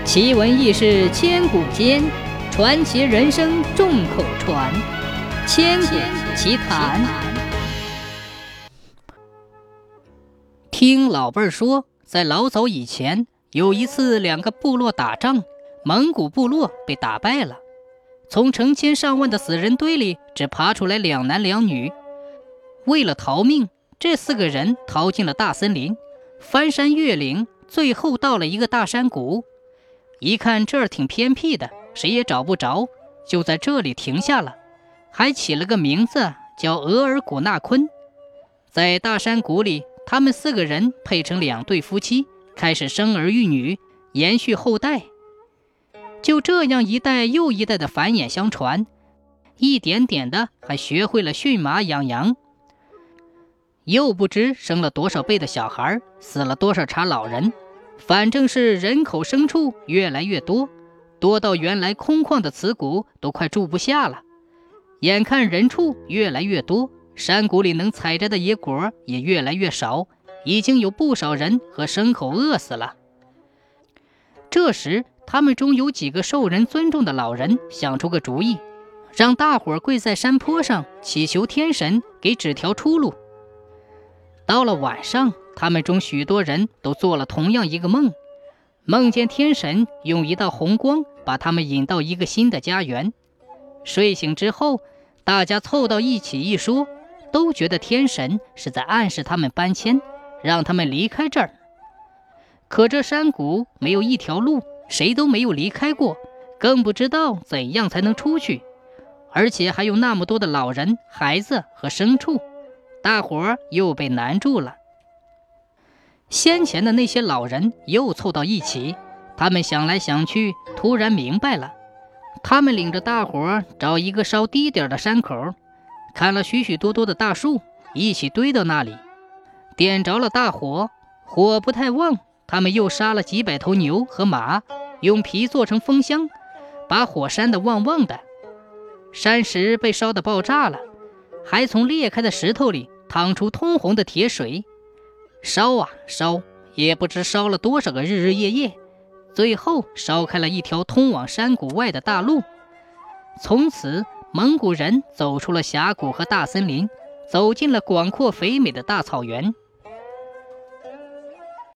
奇闻异事千古间，传奇人生众口传。千古奇谈。听老辈儿说，在老早以前，有一次两个部落打仗，蒙古部落被打败了，从成千上万的死人堆里只爬出来2男2女。为了逃命，这4个人逃进了大森林，翻山越岭，最后到了一个大山谷。一看这儿挺偏僻的，谁也找不着，就在这里停下了，还起了个名字叫额尔古纳昆。在大山谷里，他们4个人配成2对夫妻，开始生儿育女，延续后代。就这样一代又一代的繁衍相传，一点点的还学会了驯马养羊。又不知生了多少辈的小孩，死了多少茬老人，反正是人口牲畜越来越多，多到原来空旷的此谷都快住不下了。眼看人畜越来越多，山谷里能采摘的野果也越来越少，已经有不少人和牲口饿死了。这时他们中有几个受人尊重的老人想出个主意，让大伙跪在山坡上祈求天神给指条出路。到了晚上，他们中许多人都做了同样一个梦，梦见天神用一道红光把他们引到一个新的家园。睡醒之后，大家凑到一起一说，都觉得天神是在暗示他们搬迁，让他们离开这儿。可这山谷没有一条路，谁都没有离开过，更不知道怎样才能出去，而且还有那么多的老人、孩子和牲畜，大伙儿又被难住了。先前的那些老人又凑到一起，他们想来想去，突然明白了。他们领着大伙儿找一个稍低点的山口，看了许许多多的大树，一起堆到那里，点着了大火。火不太旺，他们又杀了几百头牛和马，用皮做成风箱，把火扇得旺旺的。山石被烧得爆炸了，还从裂开的石头里淌出通红的铁水。烧啊烧，也不知烧了多少个日日夜夜，最后烧开了一条通往山谷外的大路。从此蒙古人走出了峡谷和大森林，走进了广阔肥美的大草原。